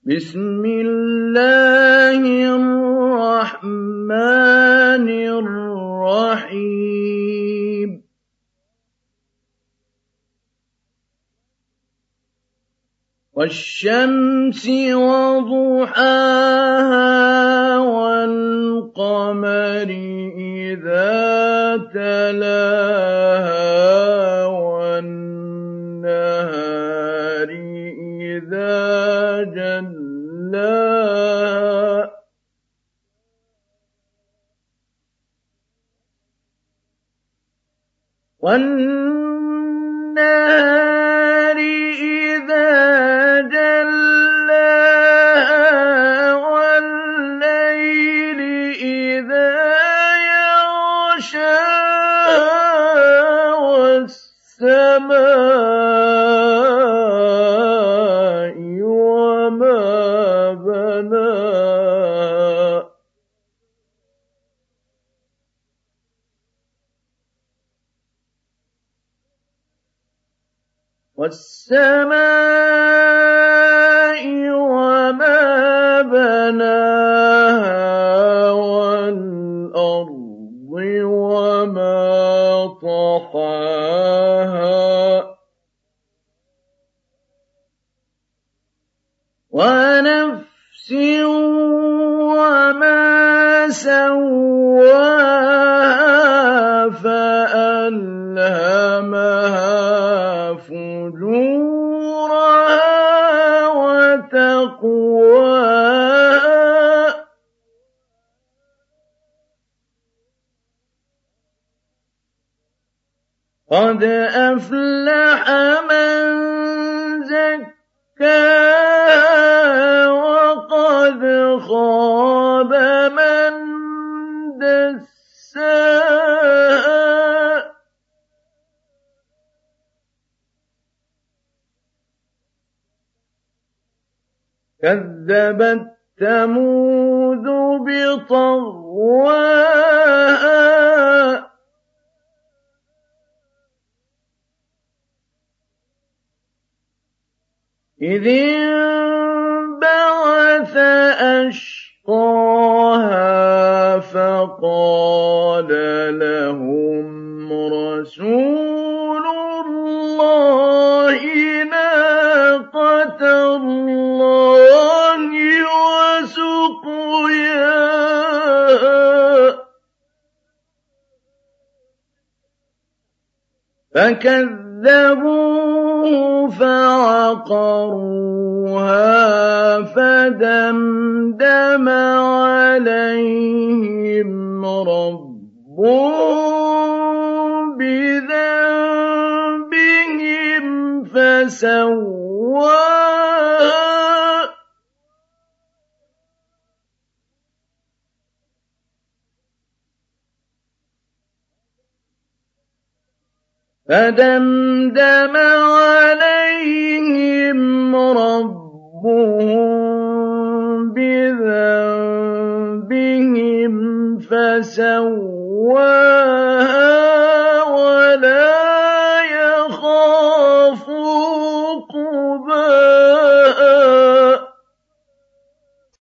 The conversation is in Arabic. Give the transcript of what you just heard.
بسم الله الرحمن الرحيم والشمس وضحاها والقمر إذا تلاها والنهار إذا جلاها والنهار إذا جلاها والليل إذا يغشاها والسماء وما بناها والسماء وما بناها والأرض وما طحاها ونفس وما سواها فألهمها فجورها وتقواها قد أفلح من زكاها وقد خاب من دساها كذبت ثمود بطغواها إذ انبعث أشقاها فقال لهم رسول الله ناقة الله وسقياها فكذبوه فعقروها فدمدم عليهم ربهم بذنبهم فسواها فدمدم عليهم ربهم بذنبهم فسواها